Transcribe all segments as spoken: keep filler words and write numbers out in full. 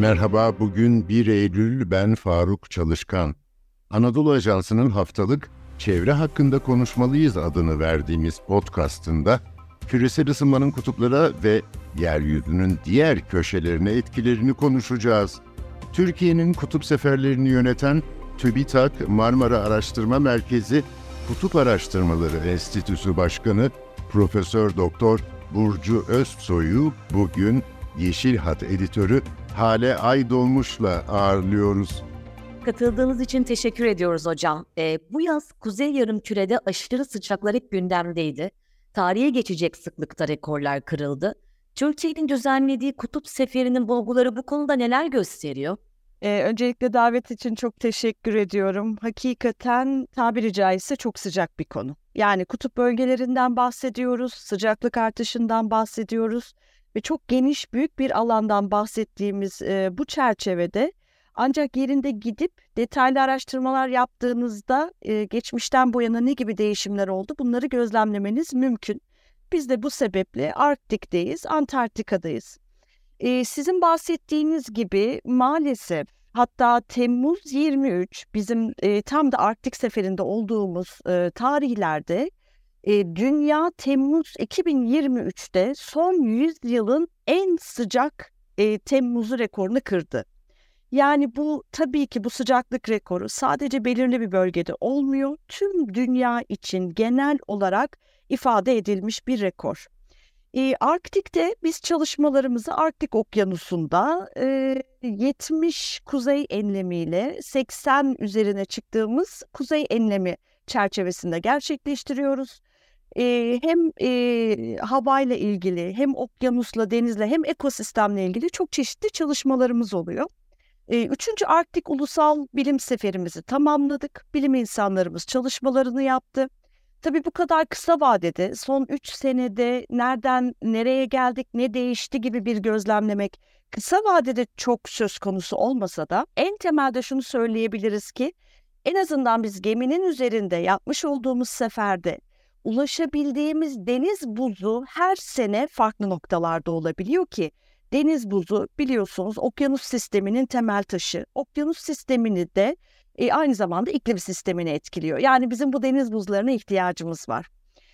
Merhaba, bugün bir Eylül, ben Faruk Çalışkan. Anadolu Ajansı'nın haftalık "Çevre Hakkında Konuşmalıyız" adını verdiğimiz podcastında küresel ısınmanın kutuplara ve yeryüzünün diğer köşelerine etkilerini konuşacağız. Türkiye'nin kutup seferlerini yöneten TÜBİTAK Marmara Araştırma Merkezi Kutup Araştırmaları Enstitüsü Başkanı Profesör Doktor Burcu Özsoy'u bugün Yeşil Hat editörü Hale Aydoğmuş'la ağırlıyoruz. Katıldığınız için teşekkür ediyoruz hocam. E, bu yaz Kuzey Yarımküre'de aşırı sıcaklar hep gündemdeydi. Tarihe geçecek sıklıkta rekorlar kırıldı. Türkiye'nin düzenlediği kutup seferinin bulguları bu konuda neler gösteriyor? Ee, öncelikle davet için çok teşekkür ediyorum. Hakikaten tabiri caizse çok sıcak bir konu. Yani kutup bölgelerinden bahsediyoruz, sıcaklık artışından bahsediyoruz ve çok geniş büyük bir alandan bahsettiğimiz e, bu çerçevede ancak yerinde gidip detaylı araştırmalar yaptığınızda e, geçmişten bu yana ne gibi değişimler oldu bunları gözlemlemeniz mümkün. Biz de bu sebeple Arktik'teyiz, Antarktika'dayız. Ee, sizin bahsettiğiniz gibi maalesef hatta Temmuz yirmi üç bizim e, tam da Arktik seferinde olduğumuz e, tarihlerde e, dünya Temmuz iki bin yirmi üçte son yüz yılın en sıcak e, Temmuz'u rekorunu kırdı. Yani bu tabii ki bu sıcaklık rekoru sadece belirli bir bölgede olmuyor. Tüm dünya için genel olarak ifade edilmiş bir rekor. E, Arktik'te biz çalışmalarımızı Arktik Okyanusu'nda e, yetmiş kuzey enlemiyle seksen üzerine çıktığımız kuzey enlemi çerçevesinde gerçekleştiriyoruz. E, hem e, havayla ilgili hem okyanusla, denizle hem ekosistemle ilgili çok çeşitli çalışmalarımız oluyor. E, Üçüncü Arktik Ulusal Bilim Seferimizi tamamladık. Bilim insanlarımız çalışmalarını yaptı. Tabii bu kadar kısa vadede son üç senede nereden nereye geldik, ne değişti gibi bir gözlemlemek kısa vadede çok söz konusu olmasa da en temelde şunu söyleyebiliriz ki en azından biz geminin üzerinde yapmış olduğumuz seferde ulaşabildiğimiz deniz buzu her sene farklı noktalarda olabiliyor ki deniz buzu biliyorsunuz okyanus sisteminin temel taşı. Okyanus sistemini de e, aynı zamanda iklim sistemini etkiliyor. Yani bizim bu deniz buzlarına ihtiyacımız var.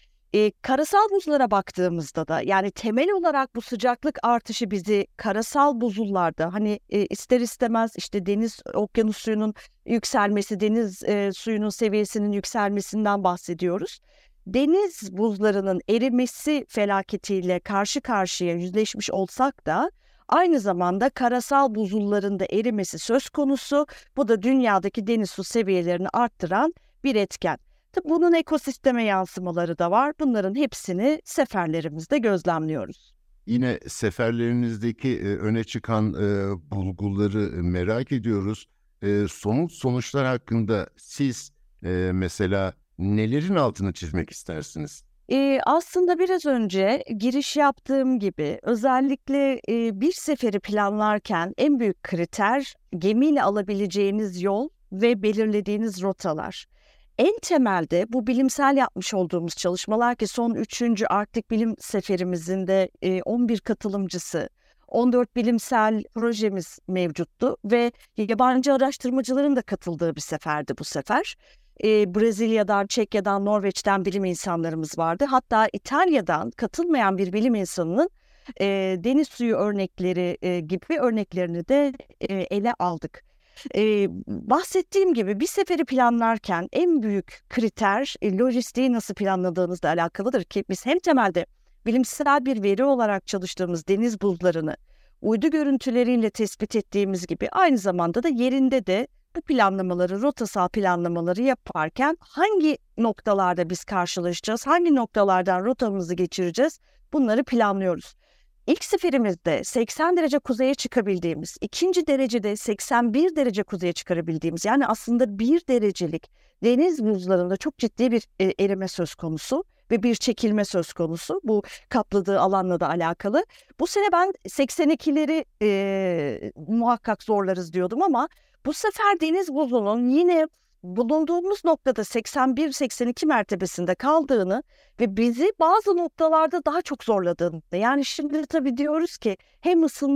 E, karasal buzlara baktığımızda da yani temel olarak bu sıcaklık artışı bizi karasal buzullarda hani e, ister istemez işte deniz okyanus suyunun yükselmesi, deniz e, suyunun seviyesinin yükselmesinden bahsediyoruz. Deniz buzlarının erimesi felaketiyle karşı karşıya yüzleşmiş olsak da aynı zamanda karasal buzulların da erimesi söz konusu. Bu da dünyadaki deniz su seviyelerini arttıran bir etken. Tabii bunun ekosisteme yansımaları da var. Bunların hepsini seferlerimizde gözlemliyoruz. Yine seferlerinizdeki e, öne çıkan e, bulguları merak ediyoruz. E, somut sonuçlar hakkında siz e, mesela nelerin altını çizmek istersiniz? Ee, aslında biraz önce giriş yaptığım gibi özellikle e, bir seferi planlarken en büyük kriter gemiyle alabileceğiniz yol ve belirlediğiniz rotalar. En temelde bu bilimsel yapmış olduğumuz çalışmalar ki son üçüncü Arktik Bilim Seferimizin de e, on bir katılımcısı, on dört bilimsel projemiz mevcuttu ve yabancı araştırmacıların da katıldığı bir seferdi bu sefer. E, Brezilya'dan, Çekya'dan, Norveç'ten bilim insanlarımız vardı. Hatta İtalya'dan katılmayan bir bilim insanının e, deniz suyu örnekleri e, gibi örneklerini de e, ele aldık. E, bahsettiğim gibi bir seferi planlarken en büyük kriter e, lojistiği nasıl planladığınızla alakalıdır ki biz hem temelde bilimsel bir veri olarak çalıştığımız deniz buzlarını uydu görüntüleriyle tespit ettiğimiz gibi aynı zamanda da yerinde de bu planlamaları, rotasal planlamaları yaparken hangi noktalarda biz karşılaşacağız, hangi noktalardan rotamızı geçireceğiz bunları planlıyoruz. İlk seferimizde seksen derece kuzeye çıkabildiğimiz, ikinci derecede seksen bir derece kuzeye çıkarabildiğimiz yani aslında bir derecelik deniz buzlarında çok ciddi bir e, erime söz konusu ve bir çekilme söz konusu. Bu kapladığı alanla da alakalı. Bu sene ben seksen ikileri e, muhakkak zorlarız diyordum ama bu sefer deniz buzunun yine bulunduğumuz noktada seksen bir seksen iki mertebesinde kaldığını ve bizi bazı noktalarda daha çok zorladığını. Yani şimdi tabii diyoruz ki hem ısınma var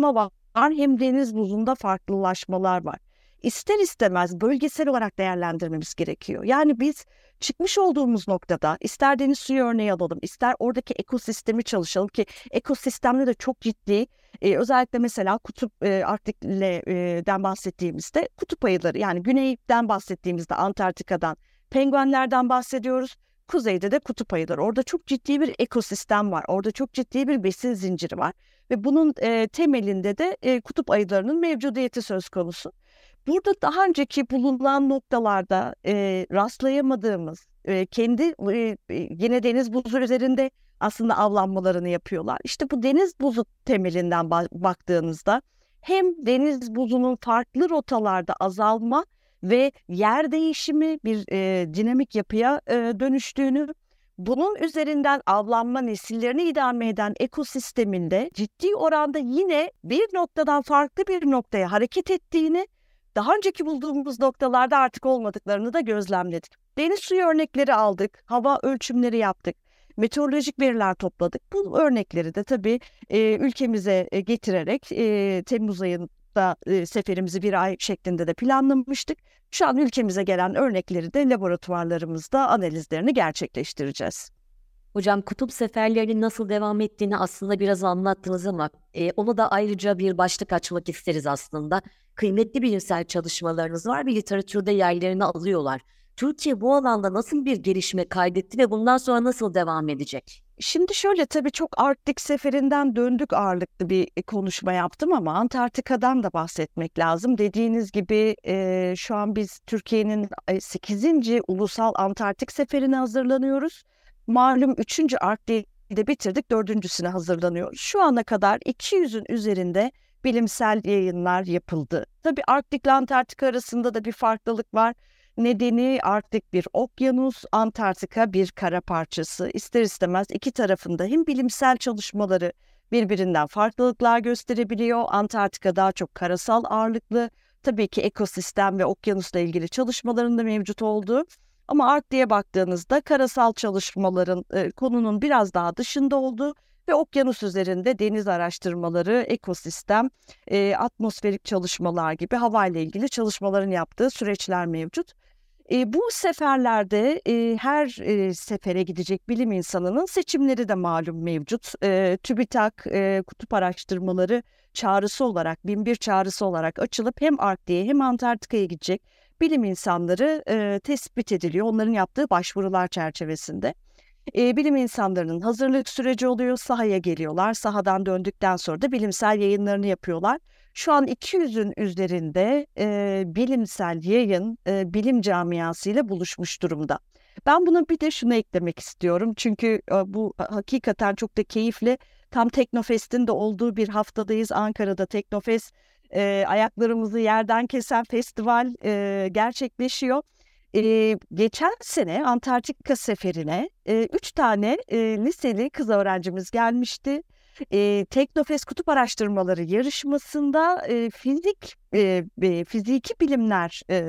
hem deniz buzunda farklılaşmalar var. İster istemez bölgesel olarak değerlendirmemiz gerekiyor. Yani biz çıkmış olduğumuz noktada ister deniz suyu örneği alalım, ister oradaki ekosistemi çalışalım ki ekosistemde de çok ciddi, e, özellikle mesela kutup e, Arktik'den bahsettiğimizde kutup ayıları, yani güneyden bahsettiğimizde Antarktika'dan penguenlerden bahsediyoruz. Kuzeyde de kutup ayıları. Orada çok ciddi bir ekosistem var. Orada çok ciddi bir besin zinciri var. Ve bunun e, temelinde de e, kutup ayılarının mevcudiyeti söz konusu. Burada daha önceki bulunan noktalarda e, rastlayamadığımız, e, kendi e, yine deniz buzu üzerinde aslında avlanmalarını yapıyorlar. İşte bu deniz buzu temelinden ba- baktığınızda hem deniz buzunun farklı rotalarda azalma ve yer değişimi bir e, dinamik yapıya e, dönüştüğünü, bunun üzerinden avlanma nesillerini idame eden ekosisteminde ciddi oranda yine bir noktadan farklı bir noktaya hareket ettiğini, daha önceki bulduğumuz noktalarda artık olmadıklarını da gözlemledik. Deniz suyu örnekleri aldık, hava ölçümleri yaptık, meteorolojik veriler topladık. Bu örnekleri de tabii e, ülkemize e, getirerek e, Temmuz ayında e, seferimizi bir ay şeklinde de planlamıştık. Şu an ülkemize gelen örnekleri de laboratuvarlarımızda analizlerini gerçekleştireceğiz. Hocam kutup seferlerinin nasıl devam ettiğini aslında biraz anlattınız ama e, onu da ayrıca bir başlık açmak isteriz aslında. Kıymetli bilimsel çalışmalarınız var ve literatürde yerlerini alıyorlar. Türkiye bu alanda nasıl bir gelişme kaydetti ve bundan sonra nasıl devam edecek? Şimdi şöyle, tabii çok Arktik seferinden döndük ağırlıklı bir konuşma yaptım ama Antarktika'dan da bahsetmek lazım. Dediğiniz gibi e, şu an biz Türkiye'nin sekizinci Ulusal Antarktik Seferi'ne hazırlanıyoruz. Malum üçüncü Arktik'i de bitirdik, dördüncüsüne hazırlanıyoruz. Şu ana kadar iki yüzün üzerinde bilimsel yayınlar yapıldı. Tabii Arktik ile Antarktika arasında da bir farklılık var. Nedeni Arktik bir okyanus, Antarktika bir kara parçası. İster istemez iki tarafında hem bilimsel çalışmaları birbirinden farklılıklar gösterebiliyor. Antarktika daha çok karasal ağırlıklı. Tabii ki ekosistem ve okyanusla ilgili çalışmaların da mevcut olduğu. Ama Arktik'e baktığınızda karasal çalışmaların e, konunun biraz daha dışında olduğu ve okyanus üzerinde deniz araştırmaları, ekosistem, e, atmosferik çalışmalar gibi havayla ilgili çalışmaların yaptığı süreçler mevcut. E, bu seferlerde e, her e, sefere gidecek bilim insanının seçimleri de malum mevcut. E, TÜBİTAK e, kutup araştırmaları çağrısı olarak, bin bir çağrısı olarak açılıp hem Arktik'e hem Antarktika'ya gidecek bilim insanları e, tespit ediliyor. Onların yaptığı başvurular çerçevesinde. E, bilim insanlarının hazırlık süreci oluyor, sahaya geliyorlar. Sahadan döndükten sonra da bilimsel yayınlarını yapıyorlar. Şu an iki yüzün üzerinde e, bilimsel yayın e, bilim camiasıyla buluşmuş durumda. Ben buna bir de şunu eklemek istiyorum. Çünkü e, bu hakikaten çok da keyifli. Tam Teknofest'in de olduğu bir haftadayız. Ankara'da Teknofest, e, ayaklarımızı yerden kesen festival e, gerçekleşiyor. Ee, geçen sene Antarktika seferine e, üç tane e, liseli kız öğrencimiz gelmişti. E, Teknofest Kutup Araştırmaları yarışmasında e, fizik e, e, fiziki bilimler e,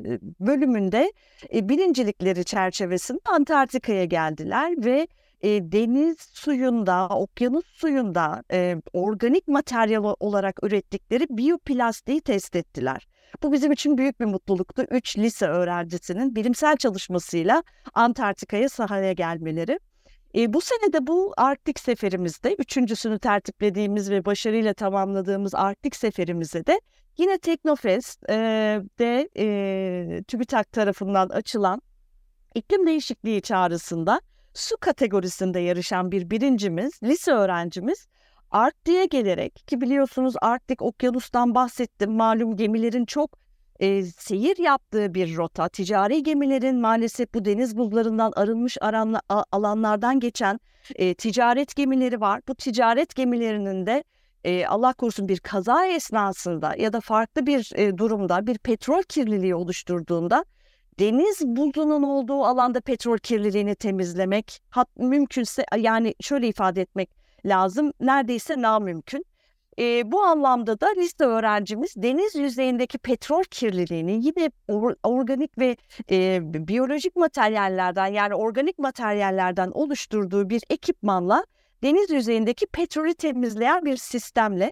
bölümünde e, birincilikleri çerçevesinde Antarktika'ya geldiler ve e, deniz suyunda, okyanus suyunda e, organik materyal olarak ürettikleri biyoplastiği test ettiler. Bu bizim için büyük bir mutluluktu. Üç lise öğrencisinin bilimsel çalışmasıyla Antarktika'ya sahaya gelmeleri. E, bu sene de bu Arktik seferimizde, üçüncüsünü tertiplediğimiz ve başarıyla tamamladığımız Arktik seferimizde de yine Teknofest'de e, e, TÜBİTAK tarafından açılan iklim değişikliği çağrısında su kategorisinde yarışan bir birincimiz, lise öğrencimiz Arktik'e gelerek, ki biliyorsunuz Arktik okyanustan bahsettim, malum gemilerin çok e, seyir yaptığı bir rota, ticari gemilerin maalesef bu deniz buzlarından arınmış aranla, a, alanlardan geçen e, ticaret gemileri var. Bu ticaret gemilerinin de e, Allah korusun bir kaza esnasında ya da farklı bir e, durumda bir petrol kirliliği oluşturduğunda deniz buzunun olduğu alanda petrol kirliliğini temizlemek, hat, mümkünse yani şöyle ifade etmek lazım, neredeyse namümkün. E, bu anlamda da lise öğrencimiz deniz yüzeyindeki petrol kirliliğini yine or, organik ve e, biyolojik materyallerden, yani organik materyallerden oluşturduğu bir ekipmanla deniz yüzeyindeki petrolü temizleyen bir sistemle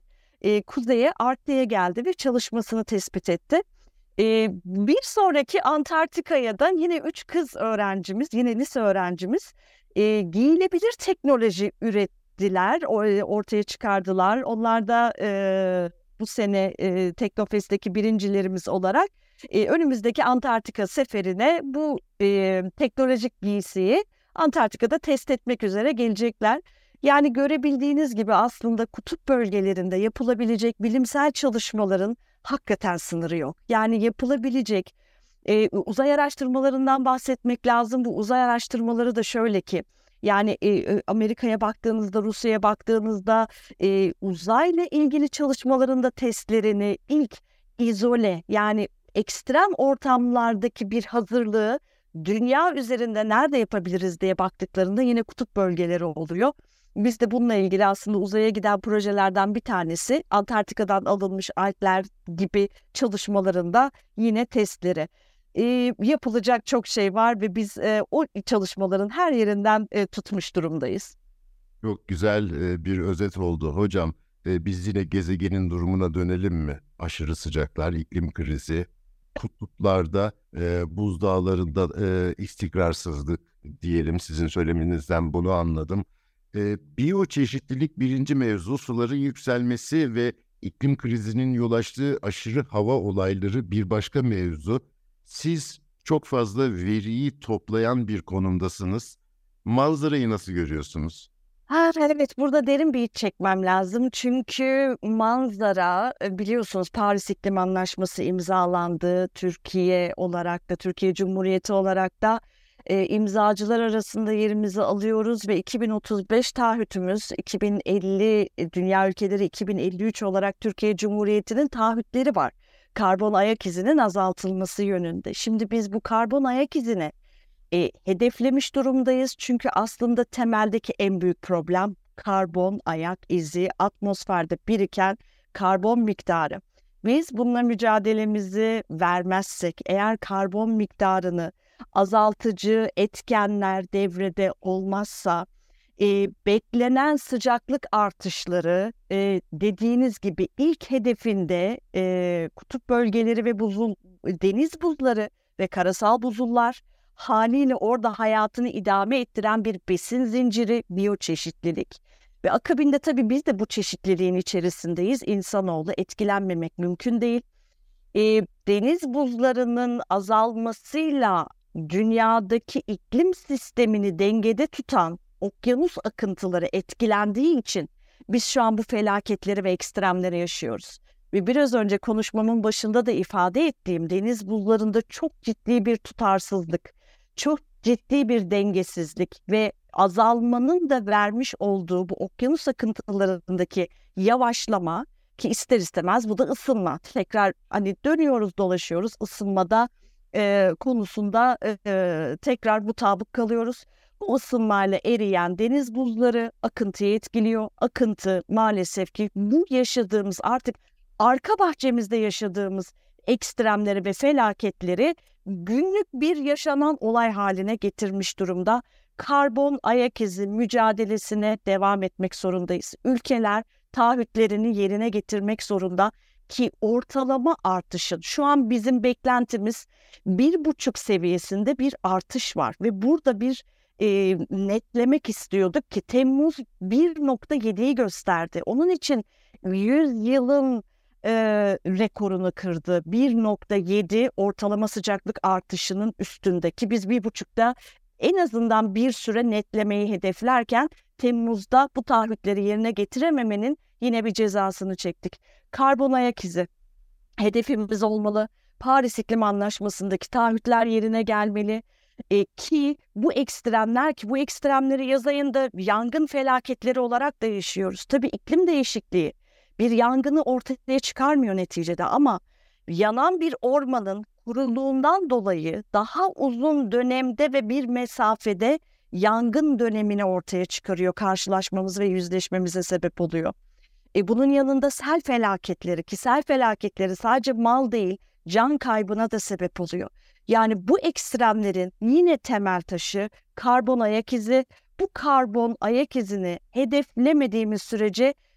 e, kuzeye Arktik'e geldi ve çalışmasını tespit etti. E, bir sonraki Antarktika'ya da yine üç kız öğrencimiz, yine lise öğrencimiz e, giyilebilir teknoloji ürettiler, o- ortaya çıkardılar. Onlar da e, bu sene e, Teknofest'teki birincilerimiz olarak e, önümüzdeki Antarktika seferine bu e, teknolojik giysiyi Antarktika'da test etmek üzere gelecekler. Yani görebildiğiniz gibi aslında kutup bölgelerinde yapılabilecek bilimsel çalışmaların hakikaten sınırı yok. Yani yapılabilecek e, uzay araştırmalarından bahsetmek lazım. Bu uzay araştırmaları da şöyle ki, yani e, e, Amerika'ya baktığınızda, Rusya'ya baktığınızda e, uzayla ilgili çalışmalarında testlerini ilk izole, yani ekstrem ortamlardaki bir hazırlığı dünya üzerinde nerede yapabiliriz diye baktıklarında yine kutup bölgeleri oluyor. Biz de bununla ilgili aslında uzaya giden projelerden bir tanesi Antarktika'dan alınmış Alpler gibi çalışmalarında yine testleri. E, yapılacak çok şey var ve biz e, o çalışmaların her yerinden e, tutmuş durumdayız. Çok güzel e, bir özet oldu hocam. E, biz yine gezegenin durumuna dönelim mi? Aşırı sıcaklar, iklim krizi, kutuplarda, e, buzdağlarında e, istikrarsızlık diyelim. Sizin söyleminizden bunu anladım. E, biyoçeşitlilik birinci mevzu, suların yükselmesi ve iklim krizinin yol açtığı aşırı hava olayları bir başka mevzu. Siz çok fazla veriyi toplayan bir konumdasınız. Manzarayı nasıl görüyorsunuz? Ha, evet, burada derin bir iç çekmem lazım. Çünkü manzara, e, biliyorsunuz Paris İklim Anlaşması imzalandı. Türkiye olarak da, Türkiye Cumhuriyeti olarak da e, imzacılar arasında yerimizi alıyoruz ve iki bin otuz beş taahhütümüz, iki bin elli e, dünya ülkeleri iki bin elli üç olarak Türkiye Cumhuriyeti'nin taahhütleri var. Karbon ayak izinin azaltılması yönünde. Şimdi biz bu karbon ayak izini e, hedeflemiş durumdayız. Çünkü aslında temeldeki en büyük problem karbon ayak izi, atmosferde biriken karbon miktarı. Biz bununla mücadelemizi vermezsek, eğer karbon miktarını azaltıcı etkenler devrede olmazsa, e, beklenen sıcaklık artışları e, dediğiniz gibi ilk hedefinde e, kutup bölgeleri ve buzul, deniz buzları ve karasal buzullar, haliyle orada hayatını idame ettiren bir besin zinciri, biyoçeşitlilik. Ve akabinde tabii biz de bu çeşitliliğin içerisindeyiz. İnsanoğlu, etkilenmemek mümkün değil. E, deniz buzlarının azalmasıyla dünyadaki iklim sistemini dengede tutan okyanus akıntıları etkilendiği için biz şu an bu felaketleri ve ekstremleri yaşıyoruz. Ve biraz önce konuşmamın başında da ifade ettiğim deniz buzlarında çok ciddi bir tutarsızlık, çok ciddi bir dengesizlik ve azalmanın da vermiş olduğu bu okyanus akıntılarındaki yavaşlama, ki ister istemez bu da ısınma. Tekrar hani dönüyoruz dolaşıyoruz ısınmada e, konusunda e, e, tekrar mutabık kalıyoruz. Bu ısınmayla eriyen deniz buzları akıntıyı etkiliyor. Akıntı maalesef ki bu yaşadığımız, artık arka bahçemizde yaşadığımız ekstremleri ve felaketleri günlük bir yaşanan olay haline getirmiş durumda. Karbon ayak izi mücadelesine devam etmek zorundayız. Ülkeler taahhütlerini yerine getirmek zorunda ki ortalama artışın, şu an bizim beklentimiz bir buçuk seviyesinde bir artış var ve burada bir e, netlemek istiyorduk ki Temmuz bir nokta yediyi gösterdi. Onun için yüz yılın e, rekorunu kırdı. bir nokta yedi ortalama sıcaklık artışının üstündeki, biz bir buçukta en azından bir süre netlemeyi hedeflerken Temmuz'da bu taahhütleri yerine getirememenin yine bir cezasını çektik. Karbon ayak izi hedefimiz olmalı. Paris İklim Anlaşması'ndaki taahhütler yerine gelmeli. E, ki bu ekstremler, ki bu ekstremleri yaz ayında yangın felaketleri olarak da yaşıyoruz. Tabii iklim değişikliği bir yangını ortaya çıkarmıyor neticede, ama yanan bir ormanın kuruluğundan dolayı daha uzun dönemde ve bir mesafede yangın dönemini ortaya çıkarıyor, karşılaşmamız ve yüzleşmemize sebep oluyor. E bunun yanında sel felaketleri, ki sel felaketleri sadece mal değil, can kaybına da sebep oluyor. Yani bu ekstremlerin yine temel taşı karbon ayak izi. Bu karbon ayak izini hedeflemediğimiz sürece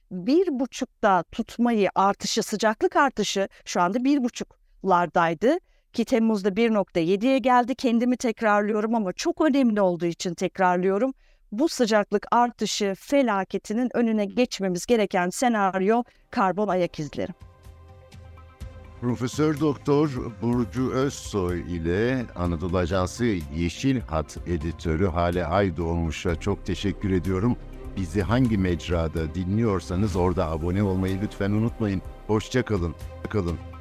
bir buçukta tutmayı, artışı, sıcaklık artışı şu anda bir buçuklardaydı. Ki Temmuz'da bir nokta yediye geldi. Kendimi tekrarlıyorum ama çok önemli olduğu için tekrarlıyorum. Bu sıcaklık artışı felaketinin önüne geçmemiz gereken senaryo karbon ayak izleri. Profesör Doktor Burcu Özsoy ile Anadolu Ajansı Yeşil Hat editörü Hale Aydoğmuş'a çok teşekkür ediyorum. Bizi hangi mecrada dinliyorsanız orada abone olmayı lütfen unutmayın. Hoşça kalın. Kalın.